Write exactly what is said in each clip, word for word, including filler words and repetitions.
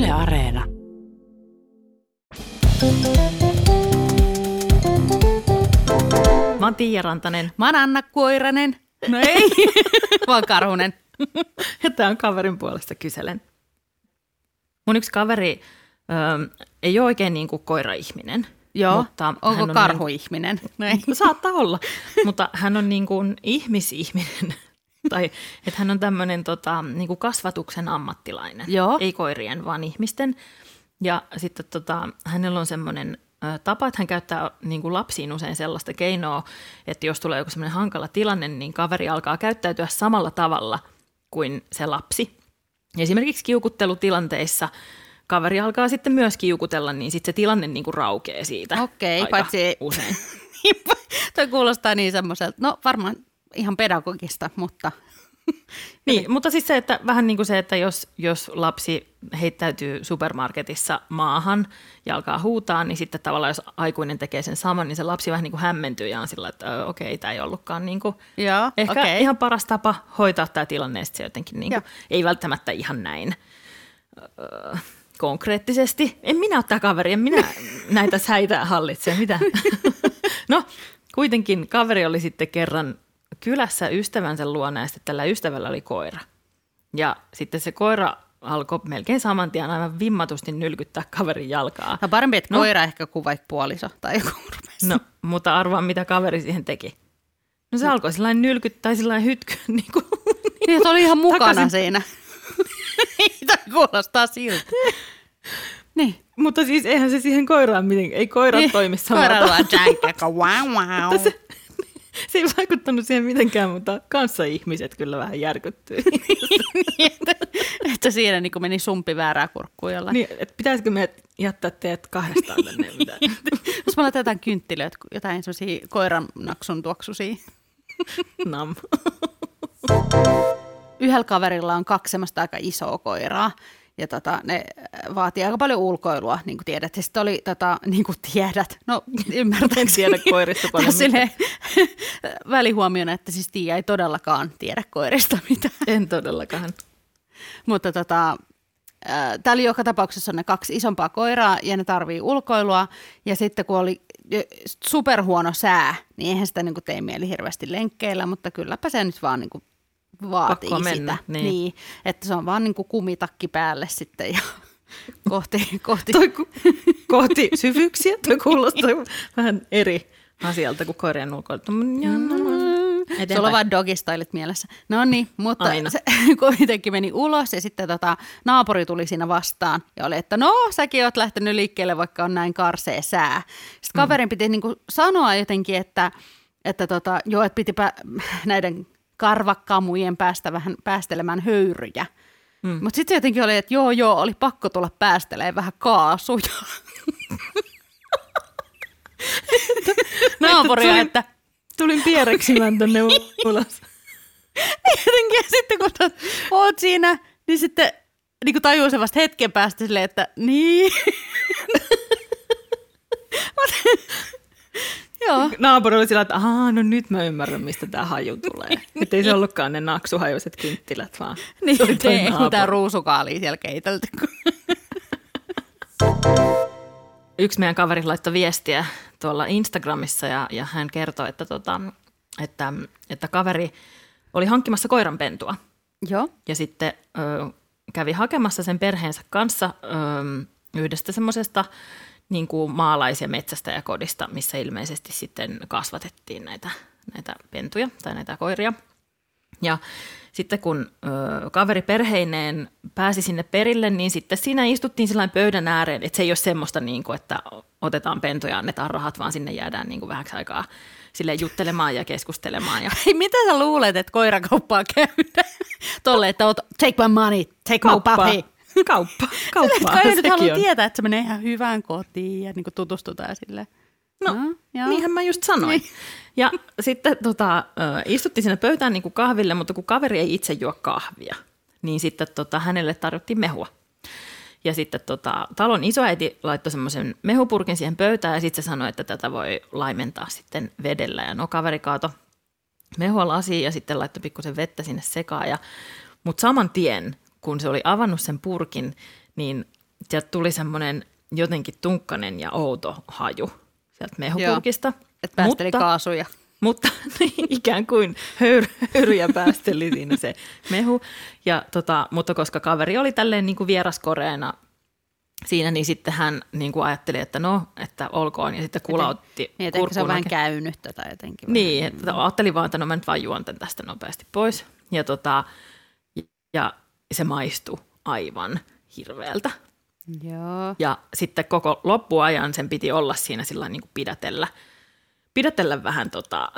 Yle Areena. Mä oon Tiia Rantanen. Mä oon Anna Koiranen. No ei, vaan Karhunen. Ja tää on kaverin puolesta kyselen. Mun yksi kaveri ö, ei ole oikein niin kuin koira-ihminen. Joo, mutta onko on karhu-ihminen? Niin, saattaa olla, mutta hän on niin kuin ihmisihminen. Tai että hän on tämmöinen tota, niin kuin kasvatuksen ammattilainen. Joo. Ei koirien, vaan ihmisten. Ja sitten tota, hänellä on semmoinen ö, tapa, että hän käyttää niin kuin lapsiin usein sellaista keinoa, että jos tulee joku semmoinen hankala tilanne, niin kaveri alkaa käyttäytyä samalla tavalla kuin se lapsi. Esimerkiksi kiukuttelutilanteissa kaveri alkaa sitten myös kiukutella, niin sitten se tilanne niin kuin raukeaa siitä. Okei, aika paitsi usein. Toi kuulostaa niin semmoiselta, no varmaan ihan pedagogista, mutta... Niin, mutta siis se, että vähän niin kuin se, että jos, jos lapsi heittäytyy supermarketissa maahan ja alkaa huutaa, niin sitten tavallaan jos aikuinen tekee sen saman, niin se lapsi vähän niin kuin hämmentyy ja on sillä, että okei, tämä ei ollutkaan niin kuin Joo, ehkä okei. ihan paras tapa hoitaa tämä tilanne, että se jotenkin niin kuin, ei välttämättä ihan näin öö, konkreettisesti. En minä ole tämä kaveri, en minä näitä säitä hallitse, mitä? No, kuitenkin kaveri oli sitten kerran kylässä ystävänsä luona ja sitten tällä ystävällä oli koira. Ja sitten se koira alkoi melkein saman tien aivan vimmatusti nylkyttää kaverin jalkaa. No parempi, että No. koira ehkä kuin vaikka puoliso tai joku rupesi. No, mutta arvaa, mitä kaveri siihen teki. No se no. alkoi sellainen nylkyttää sellainen hytky. Niin, kuin, Niin, että oli ihan mukana takaisin. siinä. Mitä kuulostaa siltä. Niin. Mutta siis eihän se siihen koiraan mitenkään, ei koirat niin. toimi samalla Koira tavalla. luo jänkkä, wow wow. Se, se ei vaikuttanut siihen mitenkään, mutta kanssa ihmiset kyllä vähän järkyttyi. Niin, että, että siinä niin meni sumpi väärää kurkkuun jollain. Niin, että pitäisikö me jättää teet kahdestaan tänne? Mitä? Jos me laitetaan jotain kynttilöitä, jotain sellaisia koirannaksun tuoksuisia. Nam. Yhdellä kaverilla on kaksi semmoista aika isoa koiraa. Ja tota, ne vaatii aika paljon ulkoilua, niin kuin tiedät. Ja sitten oli, tota, niin kuin tiedät, no ymmärtääkseni. En tiedä koirista paljon silleen, välihuomiona, että siis Tiia ei todellakaan tiedä koirista mitään. En todellakaan. Mutta tota, tämä oli joka tapauksessa ne kaksi isompaa koiraa ja ne tarvii ulkoilua. Ja sitten kun oli superhuono sää, niin eihän sitä niin kuin tee mieli hirveästi lenkkeillä, mutta kylläpä se nyt vaan niin kuin vaatii Pakko sitä. mennä, niin. Niin, että se on vaan niin kuin kumitakki päälle sitten ja kohti, kohti. Toi ku, kohti syvyyksiä, toi kuulostaa vähän eri asialta kuin koirien ulkoilu. Sulla on vaan dogistylit mielessä. No niin, mutta Aina. se kuitenkin meni ulos ja sitten tota, naapuri tuli siinä vastaan ja oli, että no säkin oot lähtenyt liikkeelle, vaikka on näin karsea sää. Sitten kaverin piti niinku sanoa jotenkin, että, että tota, joo, että piti pä- näiden karvakkamujen päästä vähän päästelemään höyryjä. Mm. Mutta sitten jotenkin oli, että joo, joo, oli pakko tulla päästelemään vähän kaasuja. Naapuria, tulin, että... Tulin piereksimään tänne ulos. Jotenkin ja sitten kun oot siinä, niin sitten niin kuin tajuu se vasta hetken päästä silleen, että niin. Joo. Naapuri oli sillä, että ahaa, no nyt mä ymmärrän, mistä tämä haju tulee. Että ei se ollutkaan ne naksuhajuiset kynttilät, vaan Niin, se oli toi ei naapuri. mitään ruusukaalia siellä keitelty. Yksi meidän kaveri laittoi viestiä tuolla Instagramissa ja, ja hän kertoi, että, tota, että, että kaveri oli hankkimassa koiranpentua. Joo. Ja sitten ö, kävi hakemassa sen perheensä kanssa ö, yhdestä semmoisesta niin kuin maalais- ja metsästäjäkodista, missä ilmeisesti sitten kasvatettiin näitä, näitä pentuja tai näitä koiria. Ja sitten kun ö, kaveri perheineen pääsi sinne perille, niin sitten siinä istuttiin sellainen pöydän ääreen, että se ei ole semmoista, niin kuin, että otetaan pentuja ja annetaan rahat, vaan sinne jäädään niin kuin vähäksi aikaa sille juttelemaan ja keskustelemaan. Ja Hei, mitä sä luulet, että koirakauppaa käydään? Tolle, että oot, take my money, take my puppy. Kauppa, kauppaa. Kai nyt haluaa on. tietää, että se menee ihan hyvään kotiin ja niin kuin tutustutaan silleen. No, No, joo. niinhän mä just sanoin. Niin. Ja sitten tota, istuttiin sinne pöytään niin kuin kahville, mutta kun kaveri ei itse juo kahvia, niin sitten tota, hänelle tarjottiin mehua. Ja sitten tota, talon isoäiti laittoi semmoisen mehupurkin siihen pöytään ja sitten se sanoi, että tätä voi laimentaa sitten vedellä. Ja no kaveri kaatoi mehua lasiin ja sitten laittoi pikkusen vettä sinne sekaan. Ja, mutta saman tien, kun se oli avannut sen purkin, niin sieltä tuli semmoinen jotenkin tunkkanen ja outo haju sieltä mehupurkista. Että päästeli mutta, kaasuja. Mutta niin, ikään kuin höyry, höyryjä päästeli siinä se mehu. Ja, tota, mutta koska kaveri oli tälleen niin kuin vieraskoreena siinä, niin sitten hän niin kuin ajatteli, että no, että olkoon. Ja sitten kulautti. Niin, että se on vähän käynyt tätä jotenkin. Niin, että ajatteli vaan, että no mä nyt vaan juon tästä nopeasti pois. Ja, tota, ja se maistui aivan hirveältä. Joo. Ja sitten koko loppuajan sen piti olla siinä sillä niin kuin pidätellä, pidätellä vähän tota,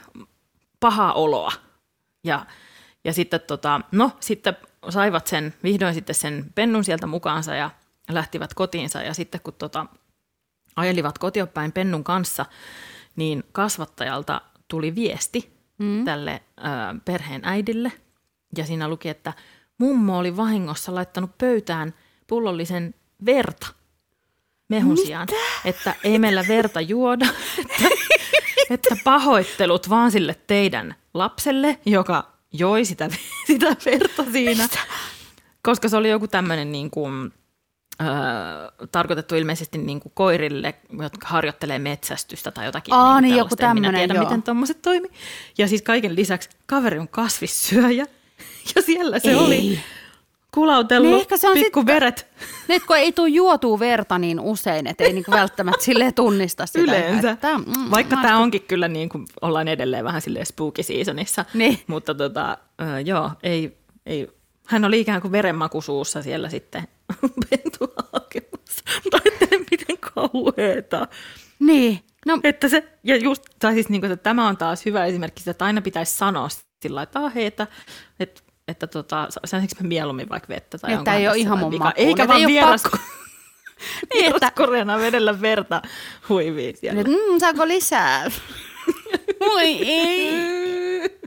pahaa oloa. Ja, ja sitten, tota, no, sitten saivat sen, vihdoin sitten sen pennun sieltä mukaansa ja lähtivät kotiinsa. Ja sitten kun tota, ajelivat kotiopäin pennun kanssa, niin kasvattajalta tuli viesti mm. tälle ö, perheen äidille. Ja siinä luki, että mummo oli vahingossa laittanut pöytään pullollisen verta mehun sijaan, että ei meillä verta juoda, että, että pahoittelut vaan sille teidän lapselle, joka joi sitä, sitä verta siinä, mitä? Koska se oli joku tämmöinen niin kuin, äh, tarkoitettu ilmeisesti niin kuin koirille, jotka harjoittelee metsästystä tai jotakin. Aa, niin niin joku tämmöinen, en minä tiedä, joo. miten tuommoiset toimii. Ja siis kaiken lisäksi kaveri on kasvissyöjä ja siellä se ei. oli kulautellut niin pikku sit, veret. Nyt kun ei tule juotua verta niin usein, että ei niinku välttämättä silleen tunnista sitä. Yleensä. Että, mm, Vaikka tämä onkin kyllä niin kuin ollaan edelleen vähän silleen spooky seasonissa. Niin. Mutta tota, äh, joo, ei, ei. Hän oli ikään kuin verenmaku suussa siellä sitten pentua hakemassa. Mutta ajattelen, miten kauheeta. Niin. No. Että se, ja just, tai siis niin kuin, että tämä on taas hyvä esimerkki, että aina pitäisi sanoa sillä lailla, että, ah, hei, että, että että tota, saisinko mä mieluummin vaikka vettä? Tai että ei ole ihan mun makuun. Eikä vaan vieras, niin, että koreana vedellä verta huiviin siellä. Mm, saako lisää? Moi ei.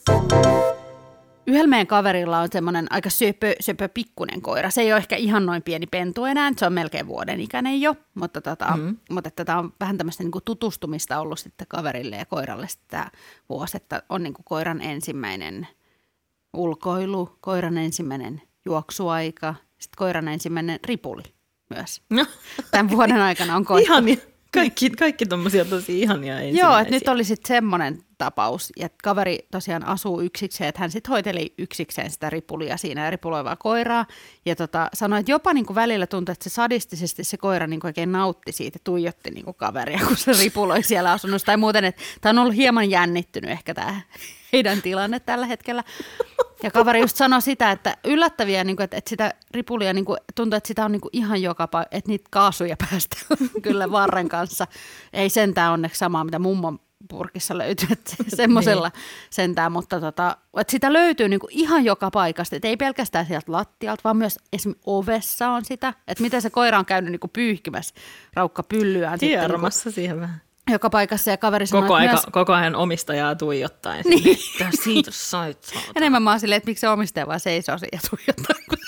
Yhdellä meidän kaverilla on semmoinen aika söpö, söpö pikkunen koira. Se ei ole ehkä ihan noin pieni pentu enää, se on melkein vuoden ikäinen jo, mutta, tota, mm-hmm. mutta tämä on vähän tämmöistä niin kuin tutustumista ollut sitten kaverille ja koiralle tämä vuosi, että on niin kuin koiran ensimmäinen ulkoilu, koiran ensimmäinen juoksuaika, sitten koiran ensimmäinen ripuli myös. No. Tämän vuoden aikana on koittu. Ihania. Kaikki, kaikki tommosia tosi ihania ensimmäisiä. Joo, että nyt oli sitten semmoinen tapaus, että kaveri tosiaan asuu yksikseen, että hän sitten hoiteli yksikseen sitä ripulia siinä ja ripuloivaa koiraa. Ja tota, sanoi, että jopa niinku välillä tuntui, että se sadistisesti se koira niinku oikein nautti siitä, tuijotti niinku kaveria, kun se ripuloi siellä asunnossa. Tai muuten, että tämä on ollut hieman jännittynyt ehkä tämä heidän tilanne tällä hetkellä. Ja kaveri just sanoi sitä, että yllättäviä, niin kuin, että, että sitä ripulia niin kuin, tuntuu, että sitä on niin kuin ihan joka paikka, että niitä kaasuja päästään kyllä varren kanssa. Ei sentään onneksi samaa, mitä mummon purkissa löytyy, että semmoisella sentään, mutta tota, että sitä löytyy niin kuin ihan joka paikasta. Että ei pelkästään sieltä lattialta, vaan myös esimerkiksi ovessa on sitä, että miten se koira on käynyt niin kuin pyyhkimässä raukkapyllyään. Hieromassa niin siihen vähän. Joka paikassa ja kaveri sanoi, koko, aika, myös koko ajan omistajaa tuijottaen. Niin. Että siitä sait saada. Enemmän mä oon silleen, että miksi se omistaja vaan seisoo ja tuijottaa, kun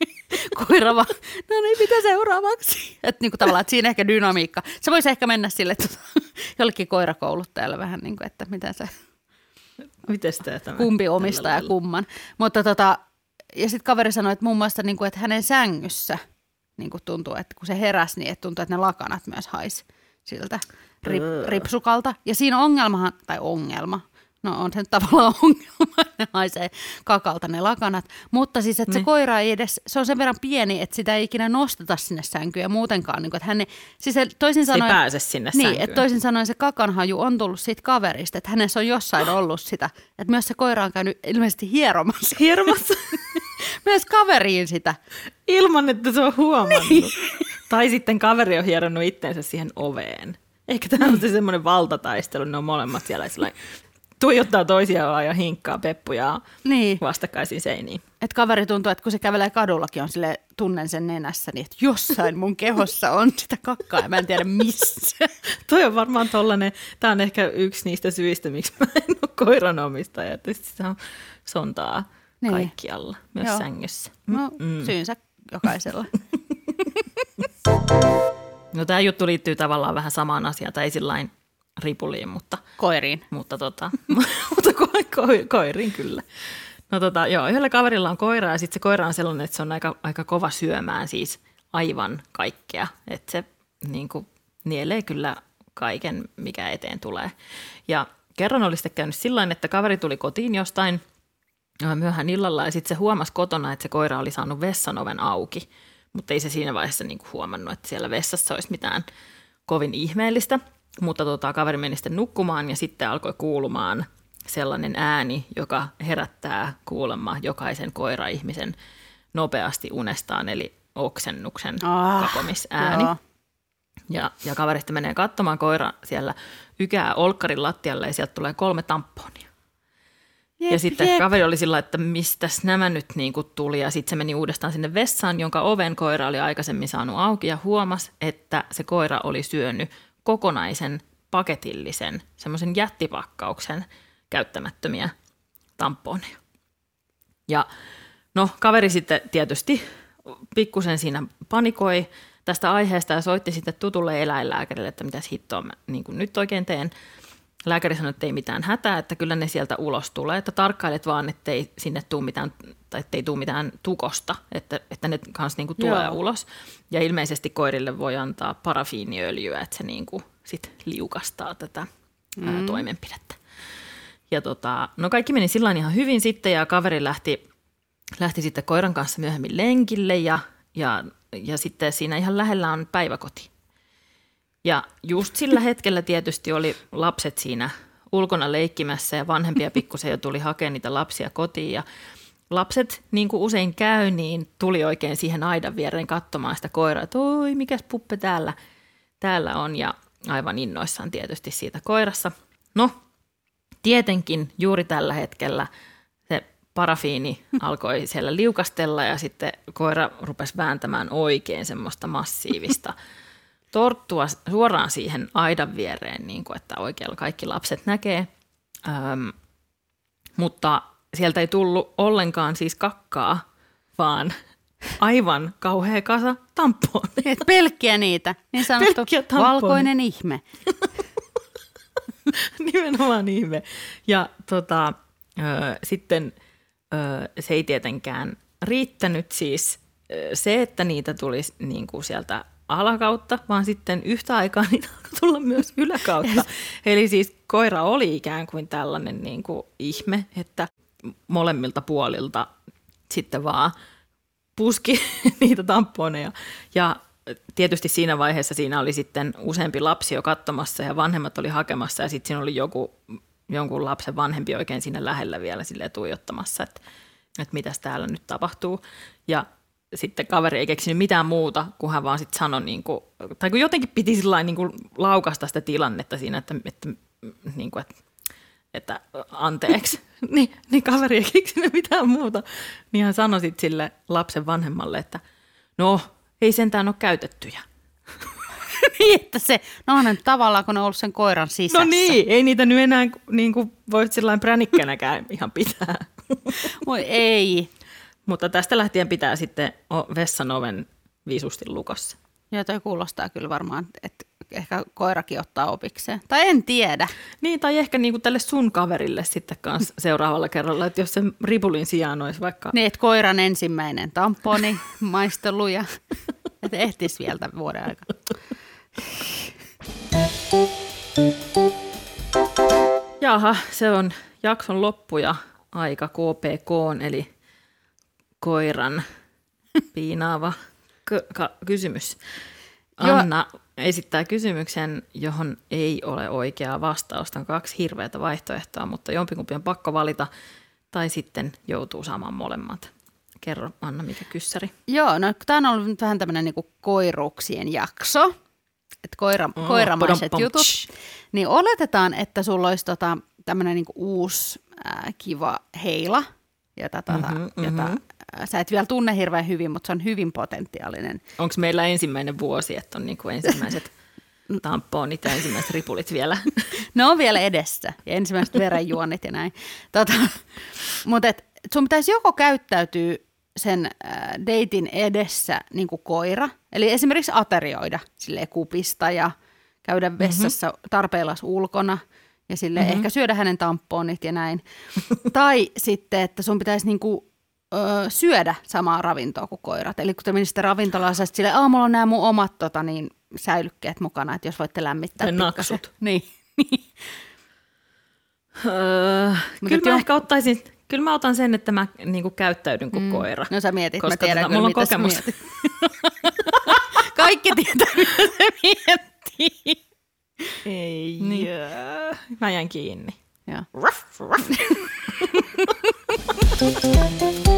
koira vaan, no niin, mitä seuraavaksi? Että niin kuin tavallaan, että siinä ehkä dynamiikka. Se voisi ehkä mennä sille tuota, jollekin koirakouluttajalle vähän niin kuin, että miten se, Mites tämä? kumpi omistaa ja kumman. Mutta tota, ja sitten kaveri sanoi, että muun muassa, niin kuin, että hänen sängyssä niin kuin tuntuu, että kun se heräsi, niin että tuntuu, että ne lakanat myös haisi siltä rip, ripsukalta. Ja siinä ongelmahan, tai ongelma, no on se nyt tavallaan ongelma, ne haisee kakalta ne lakanat. Mutta siis, että niin. se koira ei edes, se on sen verran pieni, että sitä ei ikinä nosteta sinne sänkyyn ja muutenkaan. Niin kuin, että hän ei, siis toisin sanoen, ei pääse sinne niin, sänkyyn. Että toisin sanoen se kakanhaju on tullut siitä kaverista, että hänessä on jossain ollut sitä. Että myös se koira on käynyt ilmeisesti hieromassa. Hieromassa? Myös kaveriin sitä. Ilman, että se on huomannut. Niin. Tai sitten kaveri on hieronnut itteensä siihen oveen. Ehkä tämä on se semmoinen valtataistelu, ne on molemmat siellä tuijottaa toisiaan ja hinkkaa peppuja niin. vastakkaisiin seiniin. Et kaveri tuntuu, että kun se kävelee kadullakin, on sille tunnen sen nenässä, niin että jossain mun kehossa on sitä kakkaa ja mä en tiedä missä. Toi on varmaan tollainen, tää on ehkä yksi niistä syistä, miksi mä en ole koiranomistaja, että sitä on sontaa niin. kaikkialla, myös Joo. sängyssä. No mm. syynsä jokaisella. No tämä juttu liittyy tavallaan vähän samaan asiaan, tai ei sillain ripuliin, mutta koiriin. Mutta, tota, mutta ko, ko, koiriin kyllä. No tota, joo, yhdellä kaverilla on koira ja sitten se koira on sellainen, että se on aika, aika kova syömään siis aivan kaikkea. Että se niin kuin nielee kyllä kaiken, mikä eteen tulee. Ja kerran oli sitten käynyt sillain, että kaveri tuli kotiin jostain myöhään illalla ja sitten se huomasi kotona, että se koira oli saanut vessan oven auki, mutta ei se siinä vaiheessa niin kuin huomannut, että siellä vessassa olisi mitään kovin ihmeellistä. Mutta tota, kaveri meni sitten nukkumaan ja sitten alkoi kuulumaan sellainen ääni, joka herättää kuulemma jokaisen koira-ihmisen nopeasti unestaan, eli oksennuksen Ah, kakomisääni. joo. Ja, ja kaveri sitten menee katsomaan, koira siellä ykää olkkarin lattialle ja sieltä tulee kolme tamponia. Jep, Ja sitten jep. kaveri oli sillä, että mistäs nämä nyt niin kuin tuli. Ja sitten se meni uudestaan sinne vessaan, jonka oven koira oli aikaisemmin saanut auki ja huomasi, että se koira oli syönyt kokonaisen paketillisen, semmoisen jättipakkauksen käyttämättömiä tamponeja. Ja no kaveri sitten tietysti pikkusen siinä panikoi tästä aiheesta ja soitti sitten tutulle eläinlääkärille, että mitäs hittoa mä niin kuin nyt oikein teen. Lääkäri sanoi, että ei mitään hätää, että kyllä ne sieltä ulos tulee, että tarkkailet vaan, ettei sinne tule mitään, tai ettei tule mitään tukosta, että, että ne kanssa niin kuin tulee Joo. ulos. Ja ilmeisesti koirille voi antaa parafiiniöljyä, että se niin kuin sit liukastaa tätä mm. ää, toimenpidettä. Ja tota, no kaikki meni sillain ihan hyvin sitten ja kaveri lähti, lähti sitten koiran kanssa myöhemmin lenkille ja, ja, ja sitten siinä ihan lähellä on päiväkoti. Ja just sillä hetkellä tietysti oli lapset siinä ulkona leikkimässä ja vanhempia pikkusen jo tuli hakemaan niitä lapsia kotiin. Ja lapset, niin kuin usein käy, niin tuli oikein siihen aidan viereen katsomaan sitä koiraa, että oi, mikäs puppe täällä, täällä on. Ja aivan innoissaan tietysti siitä koirassa. No, tietenkin juuri tällä hetkellä se parafiini alkoi siellä liukastella ja sitten koira rupesi vääntämään oikein semmoista massiivista torttua suoraan siihen aidan viereen, niin kuin, että oikealla kaikki lapset näkee. Öm, mutta sieltä ei tullut ollenkaan siis kakkaa, vaan aivan kauhea kasa tamponeja. Pelkkiä niitä, niin sanottu Pelkkiä tamponeja. valkoinen ihme. Nimenomaan ihme. Ja tota, ö, sitten ö, se ei tietenkään riittänyt siis ö, se, että niitä tulisi niin kuin sieltä alakautta, vaan sitten yhtä aikaa niitä alkoi tulla myös yläkautta. Eli siis koira oli ikään kuin tällainen niin kuin ihme, että molemmilta puolilta sitten vaan puski niitä tamponeja. Ja tietysti siinä vaiheessa siinä oli sitten useampi lapsi jo katsomassa ja vanhemmat oli hakemassa ja sitten siinä oli joku, jonkun lapsen vanhempi oikein siinä lähellä vielä silleen tuijottamassa, että, että mitäs täällä nyt tapahtuu. Ja sitten kaveri ei keksinyt mitään muuta, kun hän vaan sitten sanoi, niin kuin, tai kun jotenkin piti sillain niin kuin laukasta sitä tilannetta siinä, että, että, niin kuin, että, että anteeksi, niin, niin kaveri ei keksinyt mitään muuta. Niin hän sanoi sitten sille lapsen vanhemmalle, että no, ei sentään ole käytettyjä. Niin, että se, no on ne tavallaan, kun ne on ollut sen koiran sisässä. No niin, ei niitä nyt enää niin kuin voi sillain pränikkänäkään ihan pitää. Voi ei. Mutta tästä lähtien pitää sitten vessan oven visusti lukossa. Ja toi kuulostaa kyllä varmaan, että ehkä koirakin ottaa opikseen. Tai en tiedä. Niin, tai ehkä niin kuin tälle sun kaverille sitten kanssa seuraavalla kerralla, että jos sen ripulin sijaan olisi vaikka... Niin, että koiran ensimmäinen tamponi, maistelu ja että ehtisi vielä vuoden aikana. Jaha, se on jakson loppu ja aika K P K, eli koiran piinaava k- ka- kysymys. Anna esittää kysymyksen, johon ei ole oikeaa vastausta. On kaksi hirveätä vaihtoehtoa, mutta jompikumpi on pakko valita tai sitten joutuu saamaan molemmat. Kerro, Anna, mikä kyssäri? Joo, no tämä on ollut nyt vähän tämmöinen niinku koiruuksien jakso, että koira, Oh, koiramaiset padom, jutut. tsch. Niin oletetaan, että sulla olisi tota, tämmöinen niinku uusi äh, kiva heila, jota, tota, Mhm, jota mhm. äh, sä et vielä tunne hirveän hyvin, mutta se on hyvin potentiaalinen. Onko meillä ensimmäinen vuosi, että on niinku ensimmäiset tamponit ja ensimmäiset ripulit vielä? Ne on vielä edessä ja ensimmäiset verenjuonnit ja näin. Tota, mutta et, sun pitäisi joko käyttäytyä sen äh, deitin edessä niin kuin koira, eli esimerkiksi aterioida silleen kupista ja käydä vessassa mm-hmm. tarpeellas ulkona ja silleen mm-hmm. ehkä syödä hänen tamponit ja näin. Tai sitten, että sun pitäisi niin kuin, ö, syödä samaa ravintoa kuin koirat. Eli kun te menisitte ravintolaan, sä silleen, aamulla on nämä mun omat tota, niin, säilykkeet mukana, että jos voitte lämmittää. Tai naksut. Niin. öö, kyllä mä jo... ehkä ottaisin, kyllä mä otan sen, että mä niinku käyttäydyn kuin mm. koira. No sä mietit, koska mä tiedän tota, mulla on mitä kokemus. Kaikki tietää, mitä se miettii. Ei, niin. Jää. Mä jään kiinni. Joo.